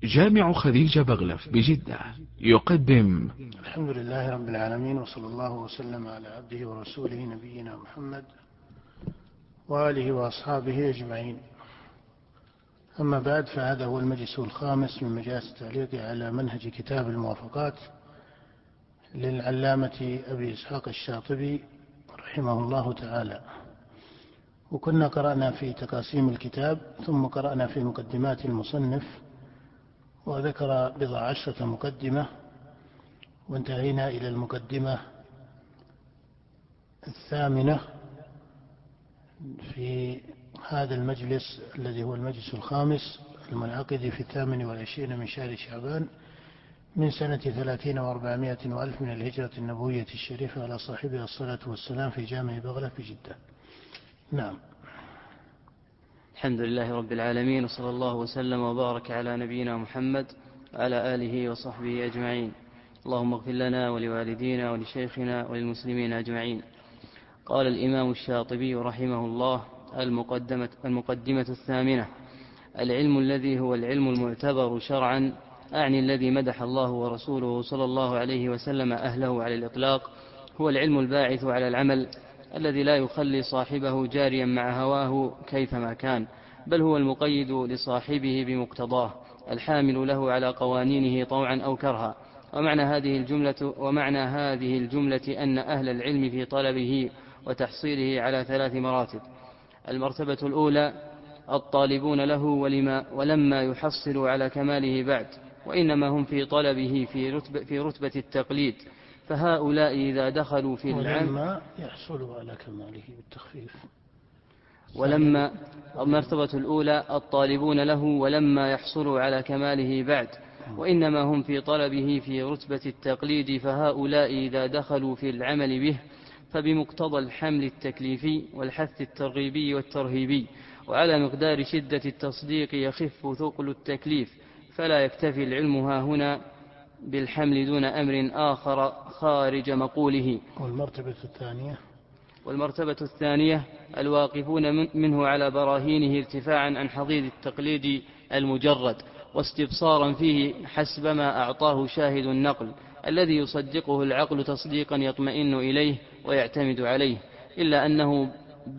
جامع خديجة بغلف بجدة يقدم. الحمد لله رب العالمين، وصلى الله وسلم على عبده ورسوله نبينا محمد وآله وأصحابه أجمعين. أما بعد، فهذا هو المجلس الخامس من مجالس التعليق على منهج كتاب الموافقات للعلامة أبي إسحاق الشاطبي رحمه الله تعالى. وكنا قرأنا في تقاسيم الكتاب، ثم قرأنا في مقدمات المصنف، وذكر 10 مقدمة، وانتهينا إلى المقدمة 8 في هذا المجلس الذي هو المجلس الخامس المنعقد في 28 من شهر شعبان من سنة 30 و400 وألف من الهجرة النبوية الشريفة على صاحبها الصلاة والسلام في جامع بغلة في جدة. نعم. الحمد لله رب العالمين، وصلى الله وسلم وبارك على نبينا محمد وعلى آله وصحبه أجمعين. اللهم اغفر لنا ولوالدينا ولشيخنا وللمسلمين أجمعين. قال الإمام الشاطبي رحمه الله: المقدمة 8: العلم الذي هو العلم المعتبر شرعا، أعني الذي مدح الله ورسوله صلى الله عليه وسلم أهله على الإطلاق، هو العلم الباعث على العمل، الذي لا يخلي صاحبه جاريا مع هواه كيفما كان، بل هو المقيد لصاحبه بمقتضاه، الحامل له على قوانينه طوعا أو كرها. ومعنى هذه الجملة أن أهل العلم في طلبه وتحصيله على 3 مراتب. المرتبة الأولى: الطالبون له ولما يحصلوا على كماله بعد، وإنما هم في طلبه في رتبة التقليد، فهؤلاء إذا دخلوا في العلم ولما يحصلوا على كماله بالتخفيف. المرتبة الأولى: الطالبون له ولما يحصلوا على كماله بعد، وإنما هم في طلبه في رتبة التقليد، فهؤلاء إذا دخلوا في العمل به فبمقتضى الحمل التكليفي والحث الترغيبي والترهيبي، وعلى مقدار شدة التصديق يخف ثقل التكليف، فلا يكتفي العلم هنا بالحمل دون أمر آخر خارج مقوله. والمرتبة الثانية: الواقفون منه على براهينه ارتفاعا عن حضيض التقليد المجرد، واستبصارا فيه حسب ما أعطاه شاهد النقل، الذي يصدقه العقل تصديقا يطمئن إليه ويعتمد عليه، إلا أنه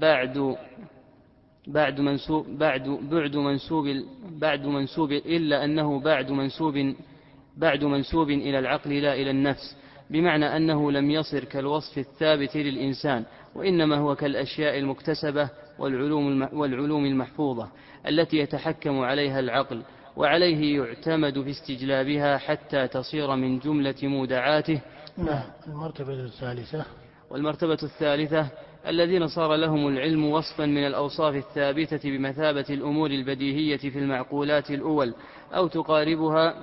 بعد منسوب إلى العقل لا إلى النفس، بمعنى أنه لم يصر كالوصف الثابت للإنسان، وإنما هو كالأشياء المكتسبة والعلوم المحفوظة التي يتحكم عليها العقل، وعليه يعتمد في استجلابها حتى تصير من جملة مودعاته. والمرتبة الثالثة: الذين صار لهم العلم وصفا من الأوصاف الثابتة بمثابة الأمور البديهية في المعقولات الأول أو تقاربها،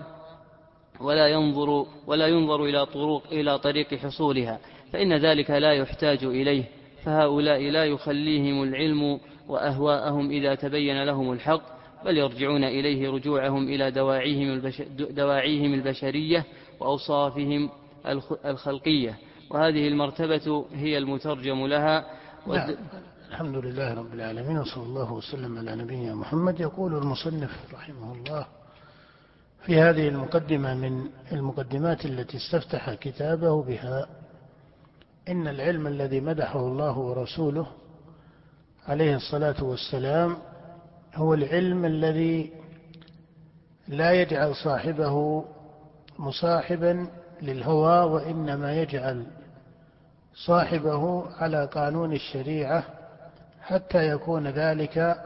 ولا ينظر إلى طريق حصولها، فإن ذلك لا يحتاج إليه، فهؤلاء لا يخليهم العلم وأهواءهم إذا تبين لهم الحق، بل يرجعون إليه رجوعهم إلى دواعيهم البشرية وأوصافهم الخلقية، وهذه المرتبة هي المترجم لها. الحمد لله رب العالمين، وصلى الله وسلم على نبينا محمد. يقول المصنف رحمه الله في هذه المقدمة من المقدمات التي استفتح كتابه بها: إن العلم الذي مدحه الله ورسوله عليه الصلاة والسلام هو العلم الذي لا يجعل صاحبه مصاحبا للهوى، وإنما يجعل صاحبه على قانون الشريعة حتى يكون ذلك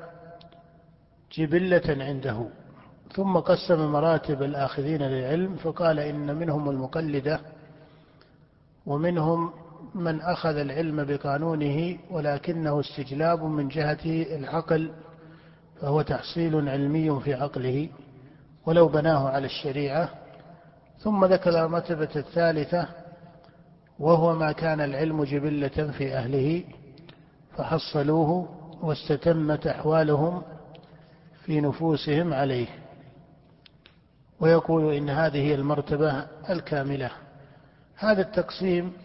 جبلة عنده. ثم قسم مراتب الآخذين للعلم فقال: إن منهم المقلدة، ومنهم من أخذ العلم بقانونه ولكنه استجلاب من جهة العقل، فهو تحصيل علمي في عقله ولو بناه على الشريعة. ثم ذكر المرتبة الثالثة، وهو ما كان العلم جبلة في أهله فحصلوه واستتمت أحوالهم في نفوسهم عليه. ويقول إن هذه المرتبة الكاملة. هذا التقسيم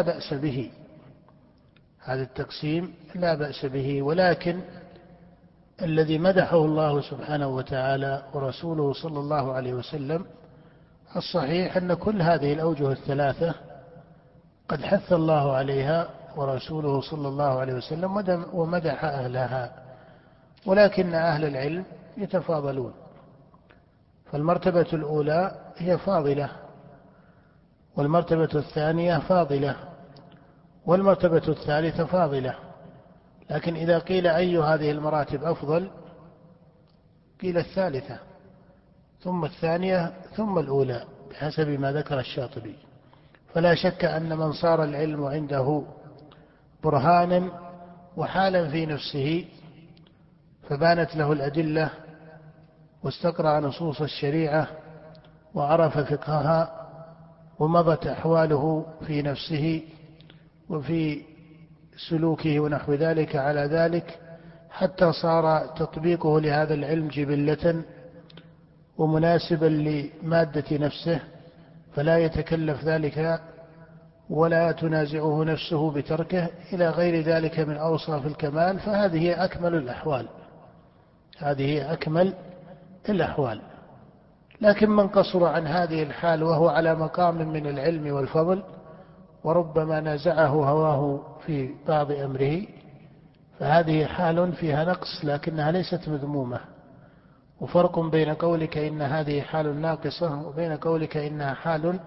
لا بأس به، ولكن الذي مدحه الله سبحانه وتعالى ورسوله صلى الله عليه وسلم، الصحيح أن كل هذه الأوجه الثلاثة قد حث الله عليها ورسوله صلى الله عليه وسلم ومدح أهلها، ولكن أهل العلم يتفاضلون، فالمرتبة الأولى هي فاضلة، والمرتبة الثانية فاضلة، والمرتبة الثالثة فاضلة. لكن إذا قيل أي هذه المراتب أفضل، قيل الثالثة، ثم الثانية، ثم الأولى، بحسب ما ذكر الشاطبي. فلا شك أن من صار العلم عنده برهانا وحالا في نفسه، فبانت له الأدلة واستقرأ نصوص الشريعة وعرف فقهها، ومضت أحواله في نفسه وفي سلوكه ونحو ذلك على ذلك، حتى صار تطبيقه لهذا العلم جبلة ومناسبا لمادة نفسه، فلا يتكلف ذلك ولا تنازعه نفسه بتركه، إلى غير ذلك من أوصاف الكمال. فهذه أكمل الأحوال، هذه أكمل الأحوال. لكن من قصر عن هذه الحال وهو على مقام من العلم والفضل، وربما نازعه هواه في بعض أمره، فهذه حال فيها نقص لكنها ليست مذمومة. وفرق بين قولك إن هذه حال ناقصة وبين قولك إنها حال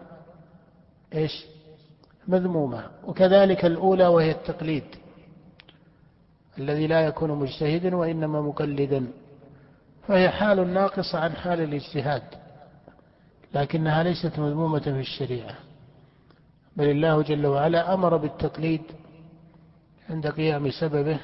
مذمومة. وكذلك الأولى وهي التقليد، الذي لا يكون مجتهدا وإنما مقلدا، فهي حال ناقصة عن حال الاجتهاد، لكنها ليست مذمومة في الشريعة، بل الله جل وعلا أمر بالتقليد عند قيام سببه.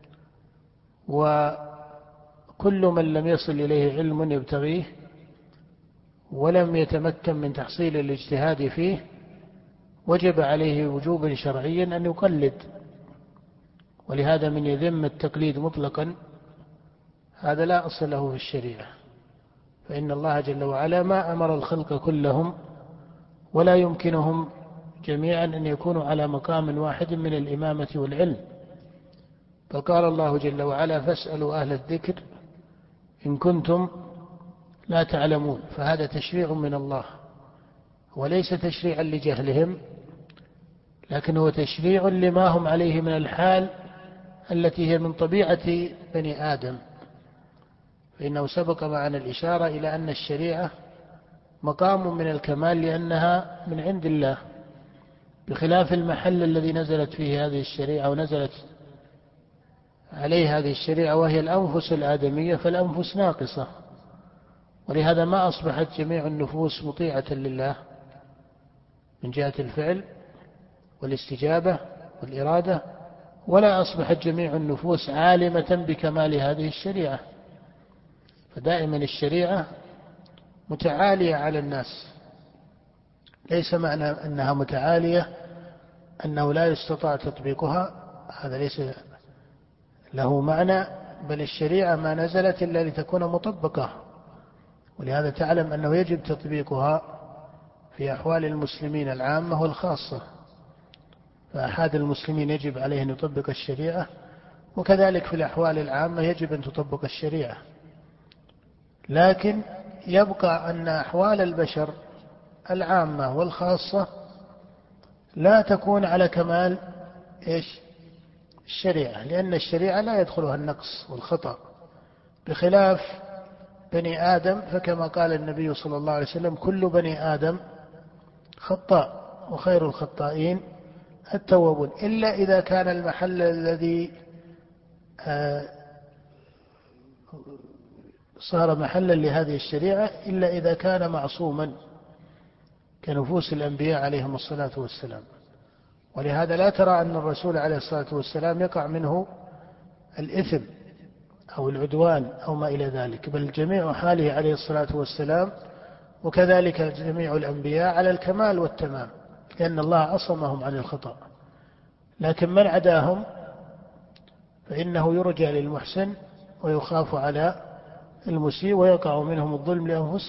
وكل من لم يصل إليه علم يبتغيه ولم يتمكن من تحصيل الاجتهاد فيه، وجب عليه وجوبا شرعيا أن يقلد. ولهذا من يذم التقليد مطلقا هذا لا أصل له في الشريعة، فإن الله جل وعلا ما أمر الخلق كلهم ولا يمكنهم جميعا أن يكونوا على مقام واحد من الإمامة والعلم. فقال الله جل وعلا: فاسألوا أهل الذكر إن كنتم لا تعلمون. فهذا تشريع من الله، وليس تشريعا لجهلهم، لكن هو تشريع لما هم عليه من الحال التي هي من طبيعة بني آدم. فإنه سبق معنا الإشارة إلى أن الشريعة مقام من الكمال لأنها من عند الله، بخلاف المحل الذي نزلت فيه هذه الشريعة ونزلت عليه هذه الشريعة، وهي الأنفس الآدمية، فالأنفس ناقصة، ولهذا ما أصبحت جميع النفوس مطيعة لله من جهة الفعل والاستجابة والإرادة، ولا أصبحت جميع النفوس عالمة بكمال هذه الشريعة. فدائما الشريعة متعالية على الناس، ليس معنى أنها متعالية أنه لا يستطاع تطبيقها، هذا ليس له معنى، بل الشريعة ما نزلت إلا لتكون مطبقة، ولهذا تعلم أنه يجب تطبيقها في أحوال المسلمين العامة والخاصة. فأحد المسلمين يجب عليه أن يطبق الشريعة، وكذلك في الأحوال العامة يجب أن تطبق الشريعة. لكن يبقى أن أحوال البشر العامة والخاصة لا تكون على كمال الشريعة، لأن الشريعة لا يدخلها النقص والخطأ، بخلاف بني آدم. فكما قال النبي صلى الله عليه وسلم: كل بني آدم خطاء وخير الخطائين التوابون، إلا إذا كان المحل الذي صار محلا لهذه الشريعة إلا إذا كان معصوما كنفوس الأنبياء عليهم الصلاة والسلام. ولهذا لا ترى أن الرسول عليه الصلاة والسلام يقع منه الإثم أو العدوان أو ما إلى ذلك، بل جميع حاله عليه الصلاة والسلام وكذلك جميع الأنبياء على الكمال والتمام، لأن الله عصمهم عن الخطأ. لكن من عداهم فإنه يرجع للمحسن ويخاف على المسيء، ويقع منهم الظلم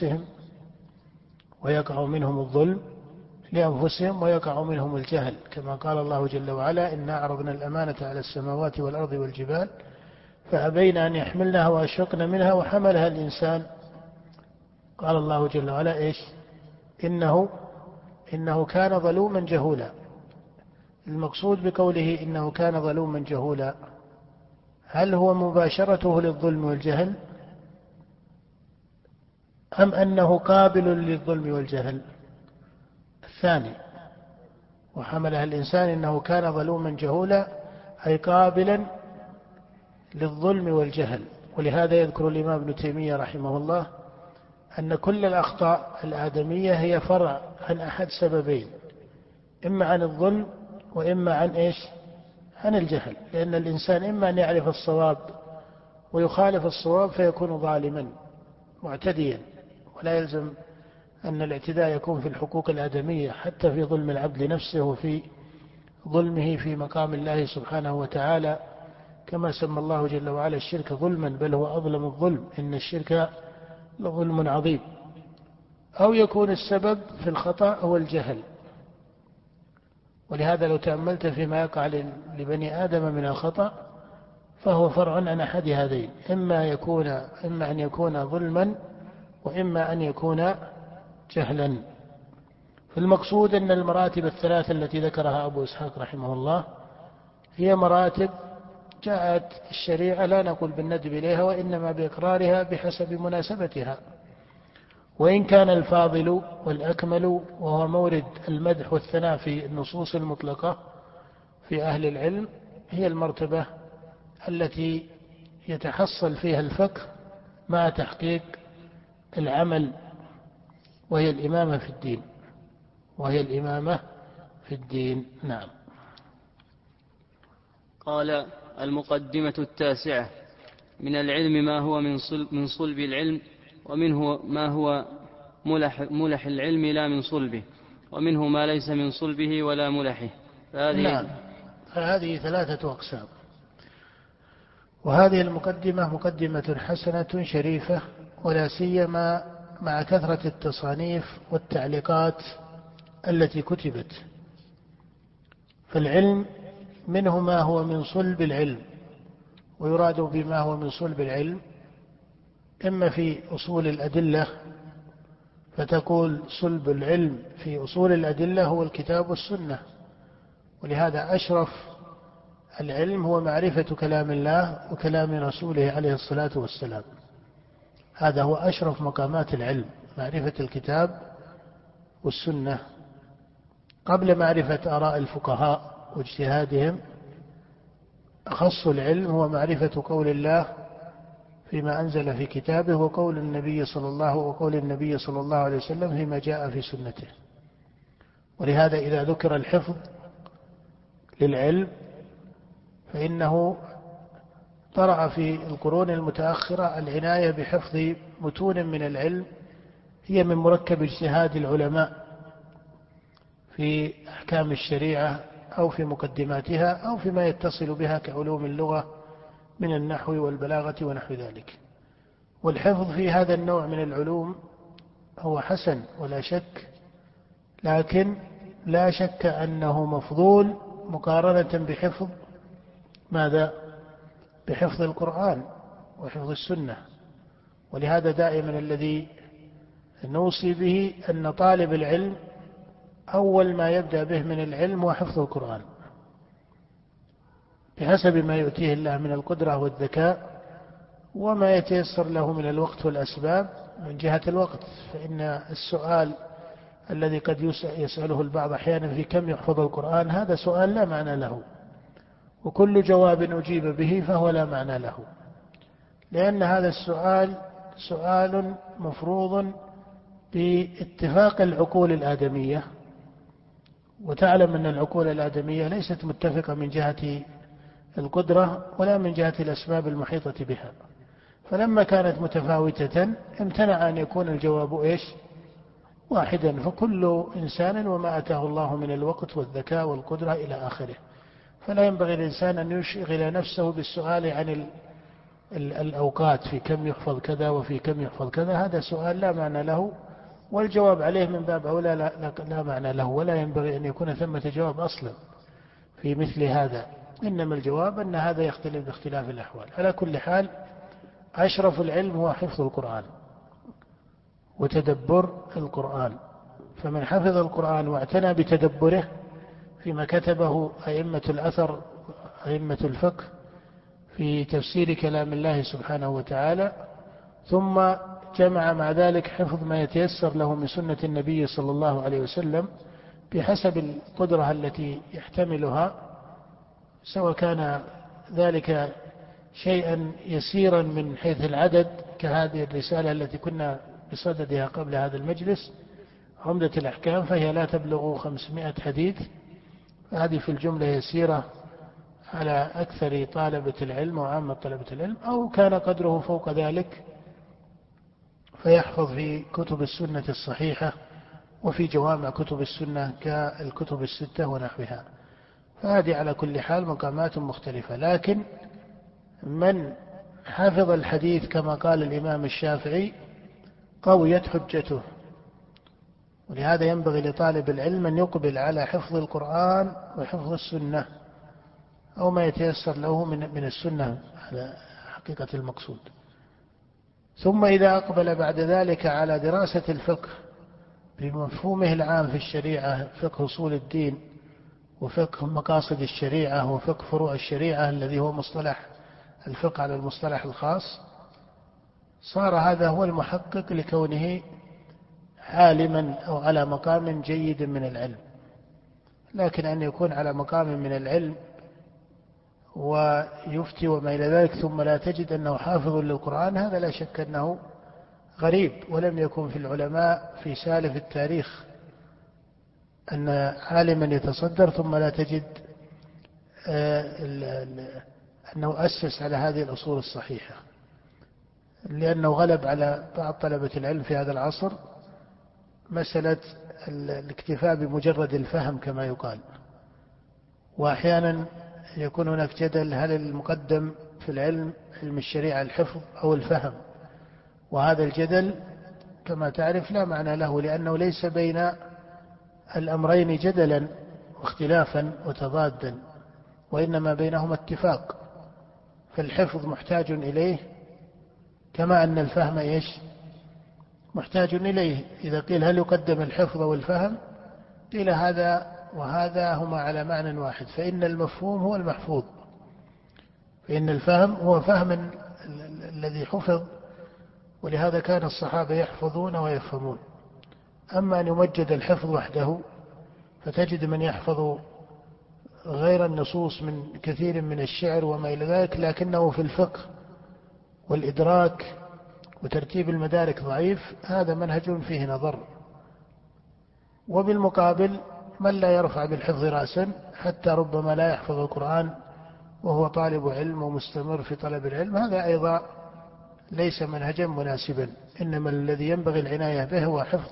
لأنفسهم ويقع منهم الجهل، كما قال الله جل وعلا: إنا عرضنا الأمانة على السماوات والأرض والجبال فأبين أن يحملنها وأشفقن منها وحملها الإنسان. قال الله جل وعلا إيش؟ إنه كان ظلوما جهولا. المقصود بقوله إنه كان ظلوما جهولا، هل هو مباشرته للظلم والجهل أم أنه قابل للظلم والجهل؟ الثاني، وحملها الإنسان إنه كان ظلوما جهولا أي قابلا للظلم والجهل. ولهذا يذكر الإمام ابن تيمية رحمه الله أن كل الأخطاء الآدمية هي فرع عن أحد سببين، إما عن الظلم وإما عن إيش؟ عن الجهل. لأن الإنسان إما أن يعرف الصواب ويخالف الصواب فيكون ظالما معتديا، ولا يلزم أن الاعتداء يكون في الحقوق الآدمية، حتى في ظلم العبد نفسه وفي ظلمه في مقام الله سبحانه وتعالى، كما سمى الله جل وعلا الشرك ظلما بل هو أظلم الظلم إن الشرك لظلم عظيم. أو يكون السبب في الخطأ هو الجهل. ولهذا لو تأملت فيما يقع لبني آدم من الخطأ فهو فرع عن أحد هذين، إما أن يكون ظلما وإما أن يكون جهلا. فالمقصود أن المراتب الثلاثة التي ذكرها أبو إسحاق رحمه الله هي مراتب جاءت الشريعة لا نقول بالندب إليها وإنما بإقرارها بحسب مناسبتها. وإن كان الفاضل والأكمل وهو مورد المدح والثناء في النصوص المطلقة في أهل العلم هي المرتبة التي يتحصل فيها الفقه مع تحقيق العمل، وهي الإمامة في الدين. نعم. قال: المقدمة التاسعة: من العلم ما هو من صلب العلم، ومنه ما هو ملح العلم لا من صلبه، ومنه ما ليس من صلبه ولا ملحه. نعم، فهذه ثلاثة أقسام. وهذه المقدمة مقدمة حسنة شريفة، ولا سيما مع كثرة التصانيف والتعليقات التي كتبت. فالعلم منه ما هو من صلب العلم، ويراد بما هو من صلب العلم إما في أصول الأدلة، فتقول صلب العلم في أصول الأدلة هو الكتاب والسنة. ولهذا أشرف العلم هو معرفة كلام الله وكلام رسوله عليه الصلاة والسلام. هذا هو أشرف مقامات العلم، معرفة الكتاب والسنة قبل معرفة آراء الفقهاء واجتهادهم. أخص العلم هو معرفة قول الله فيما أنزل في كتابه وقول النبي صلى الله عليه وسلم فيما جاء في سنته. ولهذا إذا ذكر الحفظ للعلم فإنه طرأ في القرون المتأخرة العناية بحفظ متون من العلم هي من مركب اجتهاد العلماء في أحكام الشريعة أو في مقدماتها أو فيما يتصل بها كعلوم اللغة من النحو والبلاغة ونحو ذلك. والحفظ في هذا النوع من العلوم هو حسن ولا شك، لكن لا شك أنه مفضول مقارنة بحفظ ماذا؟ بحفظ القرآن وحفظ السنة. ولهذا دائما الذي نوصي به أن طالب العلم أول ما يبدأ به من العلم هو حفظ القرآن بحسب ما يؤتيه الله من القدرة والذكاء وما يتيسر له من الوقت والأسباب. من جهة الوقت فإن السؤال الذي قد يسأله البعض أحيانا في كم يحفظ القرآن هذا سؤال لا معنى له، وكل جواب أجيب به فهو لا معنى له، لأن هذا السؤال سؤال مفروض باتفاق العقول الآدمية، وتعلم أن العقول الآدمية ليست متفقة من جهة القدرة ولا من جهة الأسباب المحيطة بها. فلما كانت متفاوتة امتنع أن يكون الجواب واحدا، فكل إنسان وما أتاه الله من الوقت والذكاء والقدرة إلى آخره. فلا ينبغي الإنسان أن يشغل نفسه بالسؤال عن الأوقات في كم يحفظ كذا وفي كم يحفظ كذا، هذا سؤال لا معنى له، والجواب عليه من باب أولى لا معنى له، ولا ينبغي أن يكون ثمة جواب أصلا في مثل هذا. إنما الجواب أن هذا يختلف باختلاف الأحوال. على كل حال أشرف العلم هو حفظ القرآن وتدبر القرآن، فمن حفظ القرآن واعتنى بتدبره فيما كتبه أئمة الأثر أئمة الفقه في تفسير كلام الله سبحانه وتعالى، ثم جمع مع ذلك حفظ ما يتيسر له من سنة النبي صلى الله عليه وسلم بحسب القدرة التي يحتملها، سواء كان ذلك شيئا يسيرا من حيث العدد كهذه الرسالة التي كنا بصددها قبل هذا المجلس عمدة الأحكام، فهي لا تبلغ 500 حديث، هذه في الجملة يسيرة على أكثر طالبة العلم وعامة طلبة العلم، أو كان قدره فوق ذلك فيحفظ في كتب السنة الصحيحة وفي جوامع كتب السنة كالكتب الستة ونحوها، فهذه على كل حال مقامات مختلفة. لكن من حفظ الحديث كما قال الإمام الشافعي قويت حجته، ولهذا ينبغي لطالب العلم أن يقبل على حفظ القرآن وحفظ السنة أو ما يتيسر له من السنة على حقيقة المقصود. ثم إذا أقبل بعد ذلك على دراسة الفقه بمفهومه العام في الشريعة، فقه أصول الدين وفقه مقاصد الشريعة وفقه فروع الشريعة الذي هو مصطلح الفقه على المصطلح الخاص، صار هذا هو المحقق لكونه عالما أو على مقام جيد من العلم. لكن أن يكون على مقام من العلم ويفتي وما إلى ذلك ثم لا تجد أنه حافظ للقرآن، هذا لا شك أنه غريب، ولم يكن في العلماء في سالف التاريخ أن عالما يتصدر ثم لا تجد أنه أسس على هذه الأصول الصحيحة، لأنه غلب على بعض طلبة العلم في هذا العصر مسألة الاكتفاء بمجرد الفهم كما يقال، وأحيانا يكون هناك جدل هل المقدم في العلم علم الشريعة الحفظ أو الفهم، وهذا الجدل كما تعرف لا معنى له، لأنه ليس بين الأمرين جدلا واختلافا وتضادا، وإنما بينهما اتفاق، فالحفظ محتاج إليه كما أن الفهم إيش محتاج إليه. إذا قيل هل يقدم الحفظ والفهم قيل هذا وهذا هما على معنى واحد، فإن المفهوم هو المحفوظ، فإن الفهم هو فهم الذي حفظ، ولهذا كان الصحابة يحفظون ويفهمون. أما أن يمجد الحفظ وحده فتجد من يحفظ غير النصوص من كثير من الشعر وما إلى ذلك، لكنه في الفقه والإدراك وترتيب المدارك ضعيف، هذا منهج فيه نظر. وبالمقابل من لا يرفع بالحفظ رأسا حتى ربما لا يحفظ القرآن وهو طالب علم ومستمر في طلب العلم، هذا أيضا ليس منهجا مناسبا، إنما الذي ينبغي العناية به هو حفظ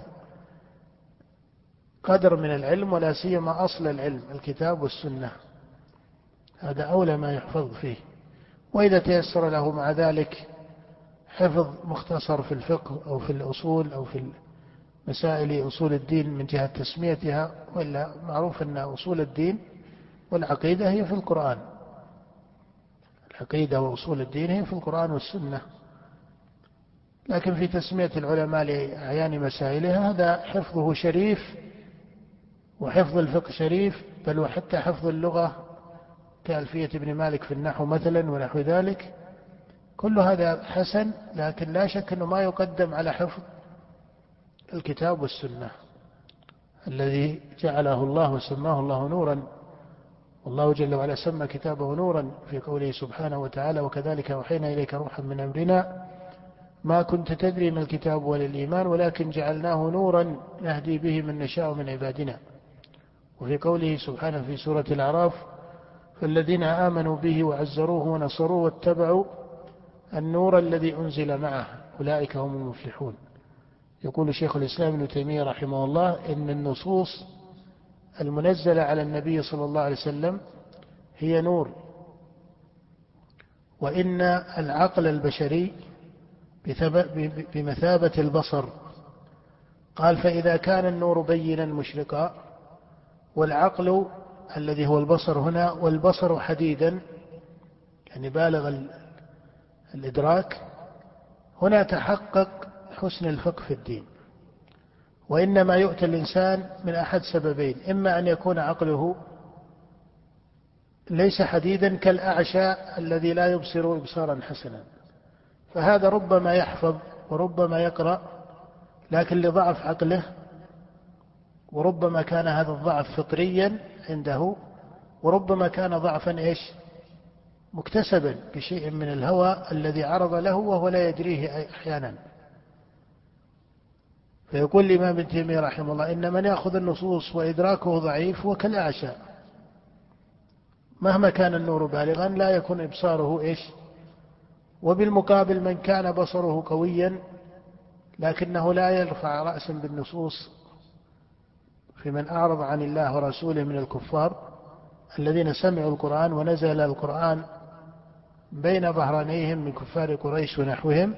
قدر من العلم، ولا سيما أصل العلم الكتاب والسنة، هذا أولى ما يحفظ فيه. وإذا تيسر له مع ذلك حفظ مختصر في الفقه أو في الأصول أو في مسائل أصول الدين من جهة تسميتها، وإلا معروف أن أصول الدين والعقيدة هي في القرآن، العقيدة وأصول الدين هي في القرآن والسنة، لكن في تسمية العلماء لأعيان مسائلها هذا حفظه شريف، وحفظ الفقه شريف، بل وحتى حفظ اللغة كألفية ابن مالك في النحو مثلا ونحو ذلك، كل هذا حسن، لكن لا شك أنه ما يقدم على حفظ الكتاب والسنة الذي جعله الله وسماه الله نورا، والله جل وعلا سمى كتابه نورا في قوله سبحانه وتعالى وكذلك أوحينا إليك روحا من أمرنا ما كنت تدري ما الكتاب ولا الإيمان ولكن جعلناه نورا نهدي به من نشاء من عبادنا. وفي قوله سبحانه في سورة الأعراف فالذين آمنوا به وعزروه ونصروه واتبعوا النور الذي أنزل معه أولئك هم المفلحون. يقول شيخ الإسلام ابن تيمية رحمه الله إن النصوص المنزلة على النبي صلى الله عليه وسلم هي نور، وإن العقل البشري بمثابة البصر، قال فإذا كان النور بينا مشرقا والعقل الذي هو البصر هنا، والبصر حديدا يعني بالغ الإدراك، هنا تحقق حسن الفقه في الدين. وإنما يؤتى الإنسان من أحد سببين: إما أن يكون عقله ليس حديدا كالأعشى الذي لا يبصر إبصارا حسنا، فهذا ربما يحفظ وربما يقرأ لكن لضعف عقله، وربما كان هذا الضعف فطريا عنده، وربما كان ضعفا مكتسبا بشيء من الهوى الذي عرض له وهو لا يدريه أحيانا. فيقول الإمام ابن تيمية رحمه الله: إن من يأخذ النصوص وإدراكه ضعيف وكالأعشى، مهما كان النور بالغا لا يكون إبصاره وبالمقابل من كان بصره قويا لكنه لا يرفع رأسا بالنصوص، في من أعرض عن الله ورسوله من الكفار الذين سمعوا القرآن ونزل القرآن بين ظهرانيهم من كفار قريش ونحوهم،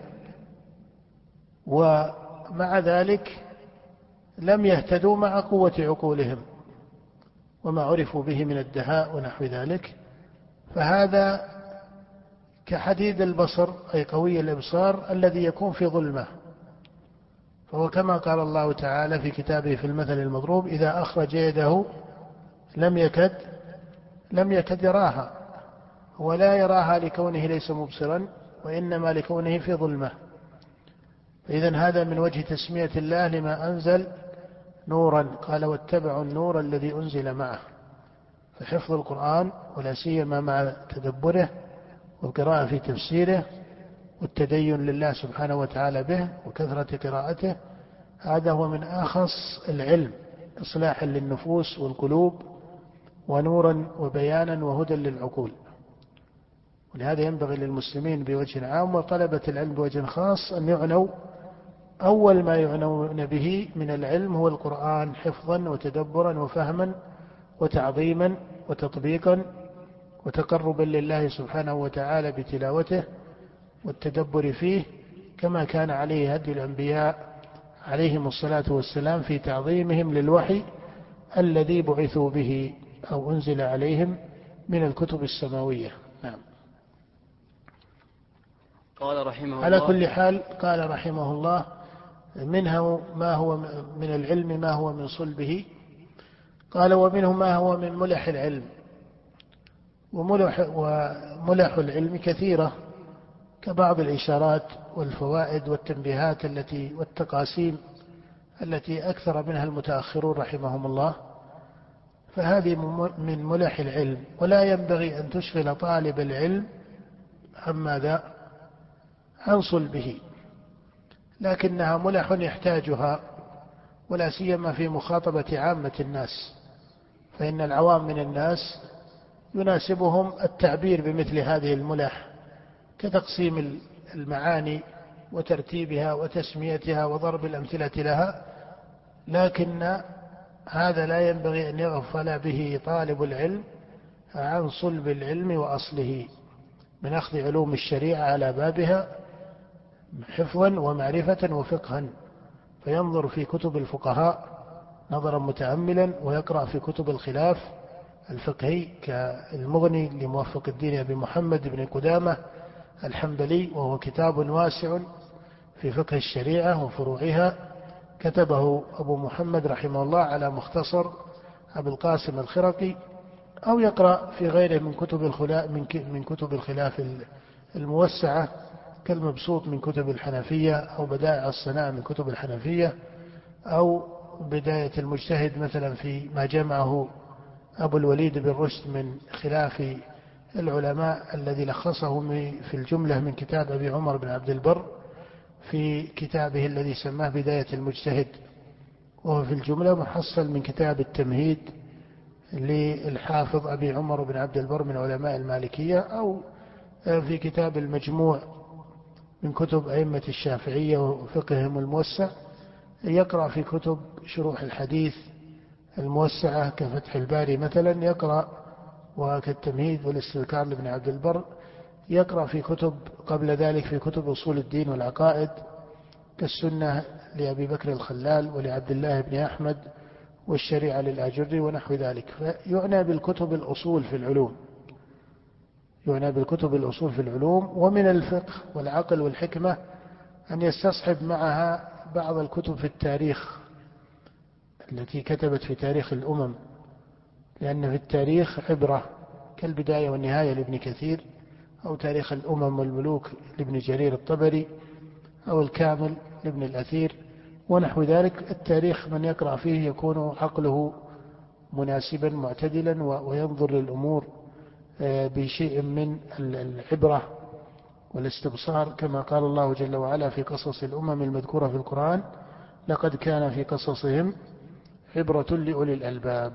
ومع ذلك لم يهتدوا مع قوة عقولهم وما عرفوا به من الدهاء ونحو ذلك، فهذا كحديد البصر أي قوي الإبصار الذي يكون في ظلمة. فهو كما قال الله تعالى في كتابه في المثل المضروب: إذا أخرج يده لم يكد يراها. هو لا يراها لكونه ليس مبصرا، وإنما لكونه في ظلمة. فإذا هذا من وجه تسمية الله لما أنزل نورا، قال: واتبعوا النور الذي أنزل معه. فحفظ القرآن ولا سيما مع تدبره والقراءة في تفسيره والتدين لله سبحانه وتعالى به وكثرة قراءته، هذا هو من أخص العلم إصلاحا للنفوس والقلوب ونورا وبيانا وهدى للعقول. ولهذا ينبغي للمسلمين بوجه عام وطلبة العلم بوجه خاص أن يعنوا أول ما يعنون به من العلم هو القرآن، حفظا وتدبرا وفهما وتعظيما وتطبيقا وتقربا لله سبحانه وتعالى بتلاوته والتدبر فيه، كما كان عليه هدي الأنبياء عليهم الصلاة والسلام في تعظيمهم للوحي الذي بعثوا به أو أنزل عليهم من الكتب السماوية. نعم. قال رحمه الله: على كل حال قال رحمه الله: منها ما هو من العلم ما هو من صلبه. قال: ومنه ما هو من ملح العلم. وملح العلم كثيرة كبعض الإشارات والفوائد والتنبيهات والتقاسيم التي أكثر منها المتأخرون رحمهم الله، فهذه من ملح العلم، ولا ينبغي أن تشغل طالب العلم عن ماذا؟ عن صلبه، لكنها ملح يحتاجها، ولا سيما في مخاطبة عامة الناس، فإن العوام من الناس يناسبهم التعبير بمثل هذه الملح كتقسيم المعاني وترتيبها وتسميتها وضرب الأمثلة لها، لكن هذا لا ينبغي أن يغفل به طالب العلم عن صلب العلم وأصله، من أخذ علوم الشريعة على بابها حفظا ومعرفة وفقها، فينظر في كتب الفقهاء نظرا متأملا، ويقرأ في كتب الخلاف الفقهي كالمغني لموفق الدين أبي محمد بن قدامة الحنبلي، وهو كتاب واسع في فقه الشريعة وفروعها، كتبه أبو محمد رحمه الله على مختصر أبي القاسم الخرقي، أو يقرأ في غيره من كتب الخلاف الموسعة كالمبسوط من كتب الحنفية، أو بدائع الصناع من كتب الحنفية، أو بداية المجتهد مثلا في ما جمعه أبو الوليد بن رشد من خلاف العلماء الذي لخصه في الجملة من كتاب أبي عمر بن عبد البر في كتابه الذي سماه بداية المجتهد، وهو في الجملة محصل من كتاب التمهيد للحافظ أبي عمر بن عبد البر من علماء المالكية، أو في كتاب المجموع من كتب أئمة الشافعية وفقههم الموسع، يقرأ في كتب شروح الحديث الموسعة كفتح الباري مثلا يقرأ، وكالتمهيد والاستذكار لابن عبد البر يقرأ في كتب قبل ذلك في كتب أصول الدين والعقائد كالسنة لأبي بكر الخلال ولعبد الله بن أحمد والشريعة للآجري ونحو ذلك. فيعنى بالكتب الأصول في العلوم، يعنى بالكتب الأصول في العلوم. ومن الفقه والعقل والحكمة أن يستصحب معها بعض الكتب في التاريخ التي كتبت في تاريخ الأمم، لأن في التاريخ عبرة، كالبداية والنهاية لابن كثير، أو تاريخ الأمم والملوك لابن جرير الطبري، أو الكامل لابن الأثير ونحو ذلك. التاريخ من يقرأ فيه يكون عقله مناسبا معتدلا وينظر للأمور بشيء من العبرة والاستبصار، كما قال الله جل وعلا في قصص الأمم المذكورة في القرآن: لقد كان في قصصهم عبرة لأولي الألباب.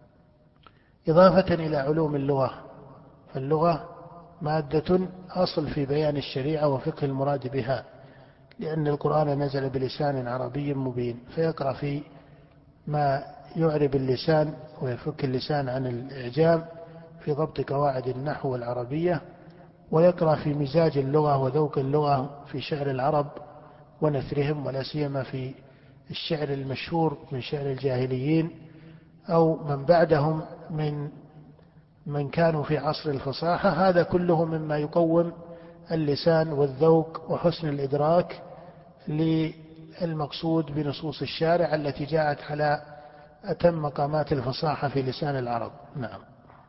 إضافة إلى علوم اللغة، فاللغة مادة أصل في بيان الشريعة وفقه المراد بها، لأن القرآن نزل بلسان عربي مبين، فيقرأ في ما يعرب اللسان ويفك اللسان عن الإعجام في ضبط قواعد النحو والعربية، ويقرأ في مزاج اللغة وذوق اللغة في شعر العرب ونثرهم، ولا سيما في الشعر المشهور من شعر الجاهليين أو من بعدهم من كانوا في عصر الفصاحة. هذا كله مما يقوم اللسان والذوق وحسن الإدراك للمقصود بنصوص الشارع التي جاءت على أتم مقامات الفصاحة في لسان العرب. نعم.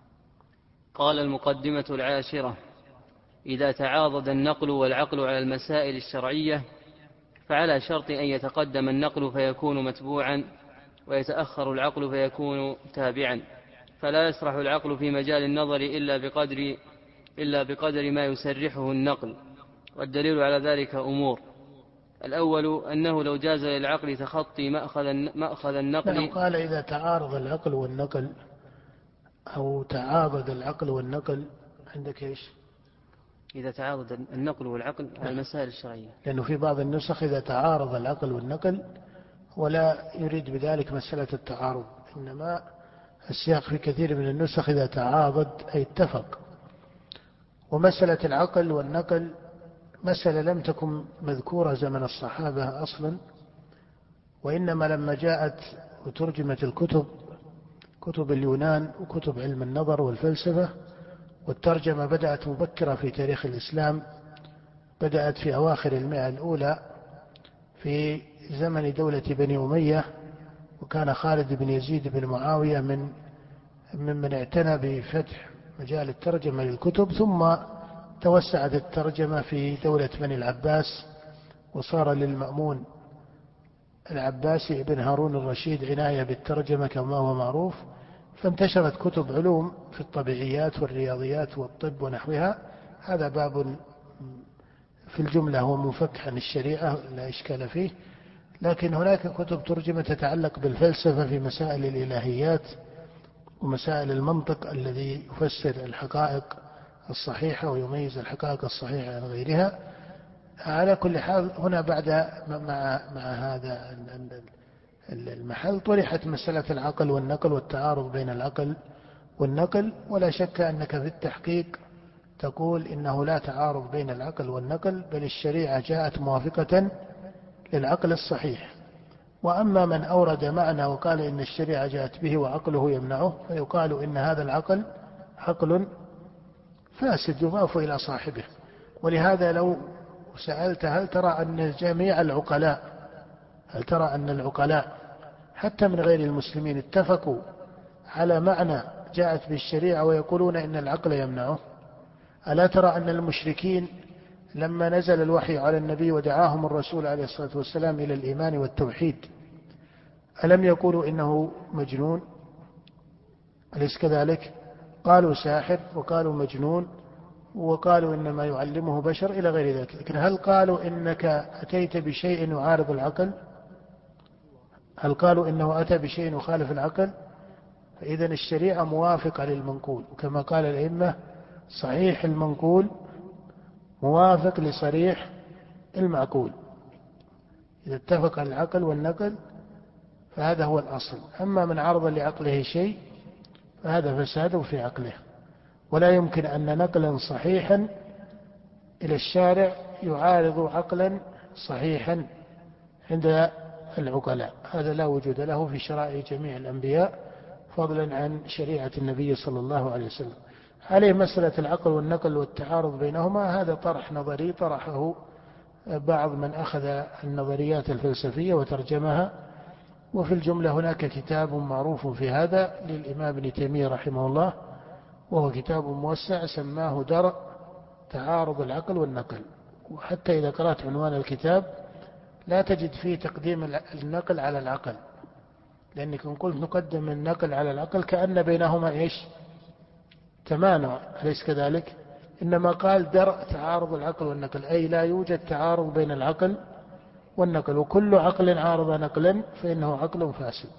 قال المقدمة العاشرة: إذا تعاضد النقل والعقل على المسائل الشرعية فعلى شرط أن يتقدم النقل فيكون متبوعا، ويتأخر العقل فيكون تابعا، فلا يسرح العقل في مجال النظر إلا بقدر ما يسرحه النقل. والدليل على ذلك أمور: الأول أنه لو جاز للعقل تخطي مأخذ النقل. نعم. قال إذا تعارض العقل والنقل أو تعاضد العقل والنقل، عندك إيش؟ إذا تعارض النقل والعقل على المسائل الشرعية، لأنه في بعض النسخ إذا تعارض العقل والنقل، ولا يريد بذلك مسألة التعارض، إنما السياق في كثير من النسخ إذا تعاضد أي اتفق. ومسألة العقل والنقل مسألة لم تكن مذكورة زمن الصحابة أصلا، وإنما لما جاءت وترجمت الكتب، كتب اليونان وكتب علم النظر والفلسفة، والترجمة بدأت مبكرة في تاريخ الإسلام، بدأت في أواخر المئة الأولى في زمن دولة بني أمية، وكان خالد بن يزيد بن معاوية ممن اعتنى بفتح مجال الترجمة للكتب. ثم توسعت الترجمة في دولة بني العباس، وصار للمأمون العباسي ابن هارون الرشيد عناية بالترجمة كما هو معروف، فانتشرت كتب علوم في الطبيعيات والرياضيات والطب ونحوها. هذا باب في الجملة هو منفك عن الشريعة لا إشكال فيه، لكن هناك كتب ترجمة تتعلق بالفلسفة في مسائل الإلهيات ومسائل المنطق الذي يفسر الحقائق الصحيحة ويميز الحقائق الصحيحة عن غيرها. على كل حال هنا بعد مع هذا المحل طرحت مسألة العقل والنقل والتعارض بين العقل والنقل، ولا شك أنك في التحقيق تقول إنه لا تعارض بين العقل والنقل، بل الشريعة جاءت موافقة للعقل الصحيح. وأما من أورد معنى وقال إن الشريعة جاءت به وعقله يمنعه، فيقال إن هذا العقل عقل فاسد يضاف إلى صاحبه. ولهذا لو سألت هل ترى أن جميع العقلاء، هل ترى أن العقلاء حتى من غير المسلمين اتفقوا على معنى جاءت بالشريعة ويقولون إن العقل يمنعه؟ ألا ترى أن المشركين لما نزل الوحي على النبي ودعاهم الرسول عليه الصلاة والسلام إلى الإيمان والتوحيد، ألم يقولوا إنه مجنون؟ أليس كذلك؟ قالوا ساحر، وقالوا مجنون، وقالوا إنما يعلمه بشر إلى غير ذلك. لكن هل قالوا إنك أتيت بشيء يعارض العقل؟ هل قالوا إنه أتى بشيء يخالف العقل؟ فإذا الشريعة موافقة للمنقول، وكما قال الأئمة صحيح المنقول موافق لصريح المعقول. إذا اتفق العقل والنقل فهذا هو الأصل. أما من عرض لعقله شيء فهذا فساد في عقله، ولا يمكن أن نقلا صحيحا إلى الشارع يعارض عقلا صحيحا عند العقلاء. هذا لا وجود له في شرائع جميع الأنبياء فضلا عن شريعة النبي صلى الله عليه وسلم. عليه مسألة العقل والنقل والتعارض بينهما هذا طرح نظري طرحه بعض من أخذ النظريات الفلسفية وترجمها، وفي الجملة هناك كتاب معروف في هذا للإمام ابن تيمية رحمه الله، وهو كتاب موسع سماه درء تعارض العقل والنقل. وحتى إذا قرأت عنوان الكتاب لا تجد فيه تقديم النقل على العقل، لأنك إن قلت نقدم النقل على العقل كأن بينهما إيش؟ تمانع، أليس كذلك؟ إنما قال درء تعارض العقل والنقل، أي لا يوجد تعارض بين العقل والنقل، وكل عقل عارض نقلا فإنه عقل فاسد.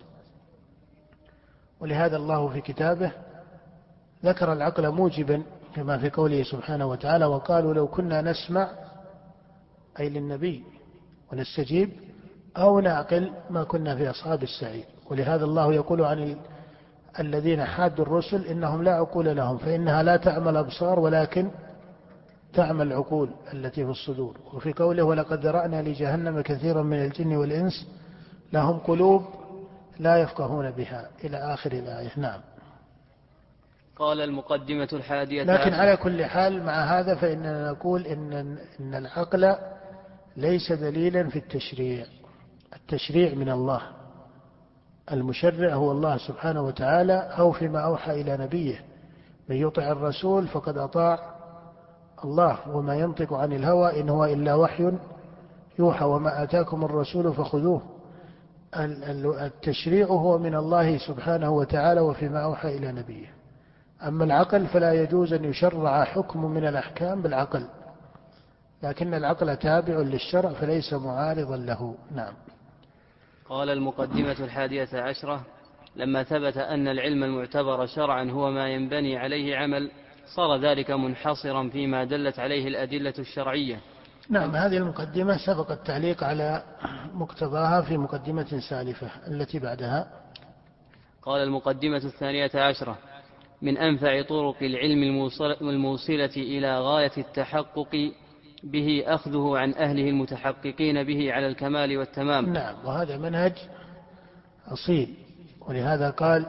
ولهذا الله في كتابه ذكر العقل موجبا كما في قوله سبحانه وتعالى: وقالوا لو كنا نسمع، أي للنبي، ونستجيب أو نعقل ما كنا في أصحاب السعير. ولهذا الله يقول عن الذين حادوا الرسل إنهم لا عقول لهم، فإنها لا تعمى الأبصار ولكن تعمى العقول التي في الصدور. وفي قوله: ولقد ذرأنا لجهنم كثيرا من الجن والإنس لهم قلوب لا يفقهون بها، إلى آخر الآية. نعم. قال المقدمة الحادية لكن على كل حال مع هذا فإننا نقول إن العقل ليس دليلا في التشريع. التشريع من الله، المشرع هو الله سبحانه وتعالى، أو فيما أوحى إلى نبيه: من يطع الرسول فقد أطاع الله، وما ينطق عن الهوى إن هو إلا وحي يوحى، وما آتاكم الرسول فخذوه. التشريع هو من الله سبحانه وتعالى وفيما أوحى إلى نبيه. أما العقل فلا يجوز أن يشرع حكم من الأحكام بالعقل، لكن العقل تابع للشرع فليس معارضا له. نعم. قال المقدمة الحادية عشرة: لما ثبت أن العلم المعتبر شرعا هو ما ينبني عليه عمل، صار ذلك منحصرا فيما دلت عليه الأدلة الشرعية. نعم. هذه المقدمة سبق التعليق على مقتضاها في مقدمة سالفة التي بعدها. قال المقدمة الثانية عشرة: من أنفع طرق العلم الموصلة إلى غاية التحقق به أخذه عن أهله المتحققين به على الكمال والتمام. نعم. وهذا منهج أصيل. ولهذا قال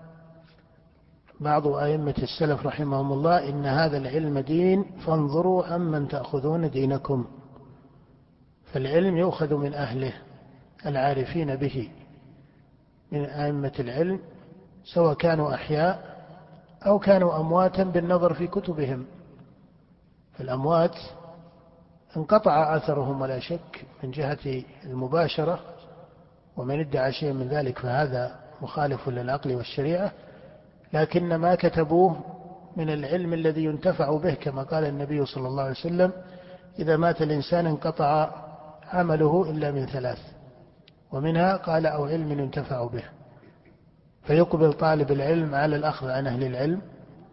بعض أئمة السلف رحمهم الله: إن هذا العلم دين فانظروا عمن تأخذون دينكم. فالعلم يؤخذ من أهله العارفين به من أئمة العلم، سواء كانوا أحياء أو كانوا أمواتا بالنظر في كتبهم. فالأموات انقطع أثرهم ولا شك من جهة المباشرة، ومن ادعى شيء من ذلك فهذا مخالف للعقل والشريعة، لكن ما كتبوه من العلم الذي ينتفع به، كما قال النبي صلى الله عليه وسلم: إذا مات الإنسان انقطع عمله إلا من ثلاث، ومنها قال: أو علم ينتفع به. فيقبل طالب العلم على الأخذ عن أهل العلم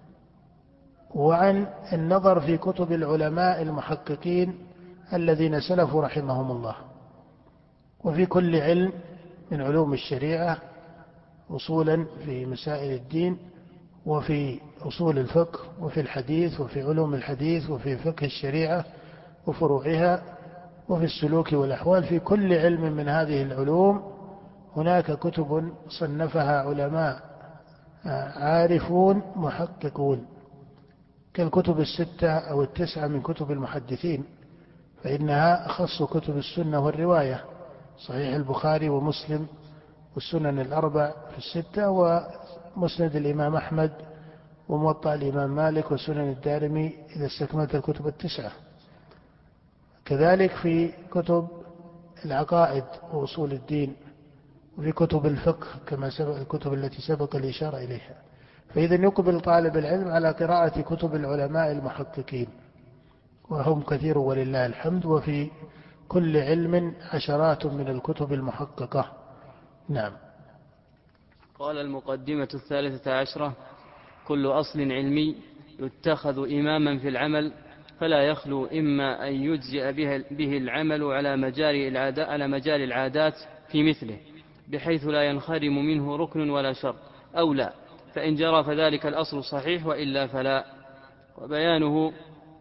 وعن النظر في كتب العلماء المحققين الذين سلفوا رحمهم الله. وفي كل علم من علوم الشريعة أصولا في مسائل الدين، وفي أصول الفقه، وفي الحديث، وفي علوم الحديث، وفي فقه الشريعة وفروعها، وفي السلوك والأحوال. في كل علم من هذه العلوم هناك كتب صنفها علماء عارفون محققون، كالكتب الستة أو التسعة من كتب المحدثين، فإنها أخص كتب السنة والرواية: صحيح البخاري ومسلم والسنن الأربع في الستة، ومسند الإمام أحمد وموطأ الإمام مالك وسنن الدارمي إذا استكملت الكتب التسعة. كذلك في كتب العقائد وأصول الدين، وفي كتب الفقه كما سبق الكتب التي سبق الإشارة إليها. فإذا يقبل طالب العلم على قراءة كتب العلماء المحققين، وهم كثير ولله الحمد، وفي كل علم عشرات من الكتب المحققة. نعم. قال المقدمة الثالثة عشرة: كل أصل علمي يتخذ إماما في العمل فلا يخلو إما أن يجزئ به العمل على مجال العادات في مثله، بحيث لا ينخرم منه ركن ولا شرط، أو لا، فإن جرى فذلك الأصل صحيح، وإلا فلا. وبيانه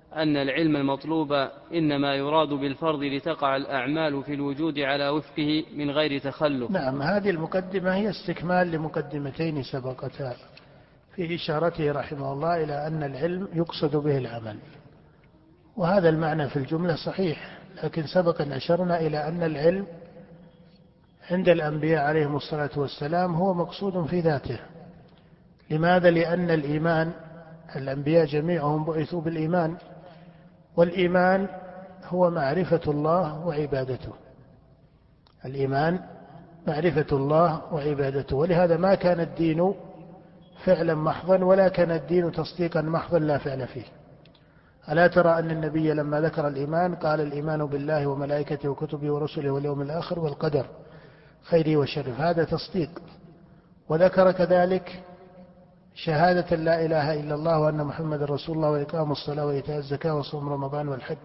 أن العلم المطلوب إنما يراد بالفرض لتقع الأعمال في الوجود على وفقه من غير تخلف. نعم، هذه المقدمة هي استكمال لمقدمتين سبقتا في إشارته رحمه الله إلى أن العلم يقصد به العمل، وهذا المعنى في الجملة صحيح، لكن سبق أن أشرنا إلى أن العلم عند الأنبياء عليهم الصلاة والسلام هو مقصود في ذاته. لماذا؟ لأن الإيمان، الأنبياء جميعهم بعثوا بالإيمان، والإيمان هو معرفة الله وعبادته. الإيمان معرفة الله وعبادته، ولهذا ما كان الدين فعلا محضا ولا كان الدين تصديقا محضا لا فعل فيه. ألا ترى أن النبي لما ذكر الإيمان قال الإيمان بالله وملائكته وكتبه ورسله واليوم الآخر والقدر خيره وشره، هذا تصديق. وذكر كذلك شهادة لا إله إلا الله وأن محمد رسول الله وإقام الصلاة وإيتاء الزكاة وصوم رمضان والحج،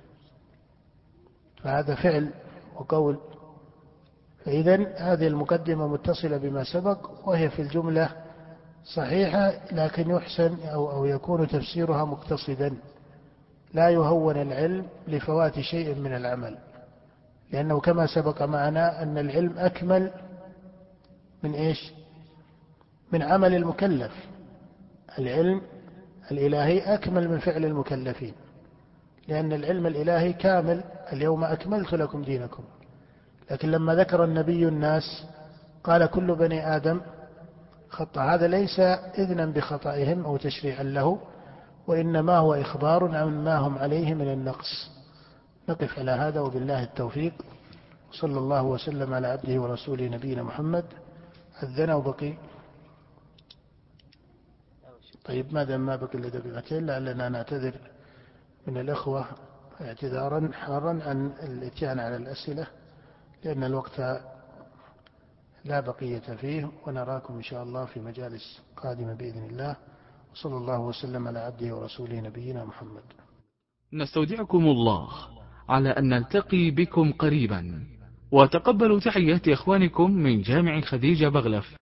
فهذا فعل وقول. فإذن هذه المقدمة متصلة بما سبق، وهي في الجملة صحيحة، لكن يحسن أو يكون تفسيرها مقتصدا، لا يهون العلم لفوات شيء من العمل، لأنه كما سبق معنا أن العلم أكمل من إيش؟ من عمل المكلف. العلم الإلهي أكمل من فعل المكلفين، لأن العلم الإلهي كامل، اليوم أكملت لكم دينكم. لكن لما ذكر النبي الناس قال كل بني آدم خطأ، هذا ليس إذنا بخطئهم أو تشريعا له، وإنما هو إخبار عن ما هم عليه من النقص. نقف على هذا وبالله التوفيق، صلى الله وسلم على عبده ورسوله نبينا محمد. أذن وبقي؟ طيب، ماذا ما بقي إلا دقيقتين، لعلنا نعتذر من الأخوة اعتذارا حارا عن الاتيان على الأسئلة، لأن الوقت لا بقية فيه، ونراكم إن شاء الله في مجالس قادمة بإذن الله. وصلى الله وسلم على عبده ورسوله نبينا محمد. نستودعكم الله على أن نلتقي بكم قريبا، وتقبلوا تحيات إخوانكم من جامع خديجة بغلف.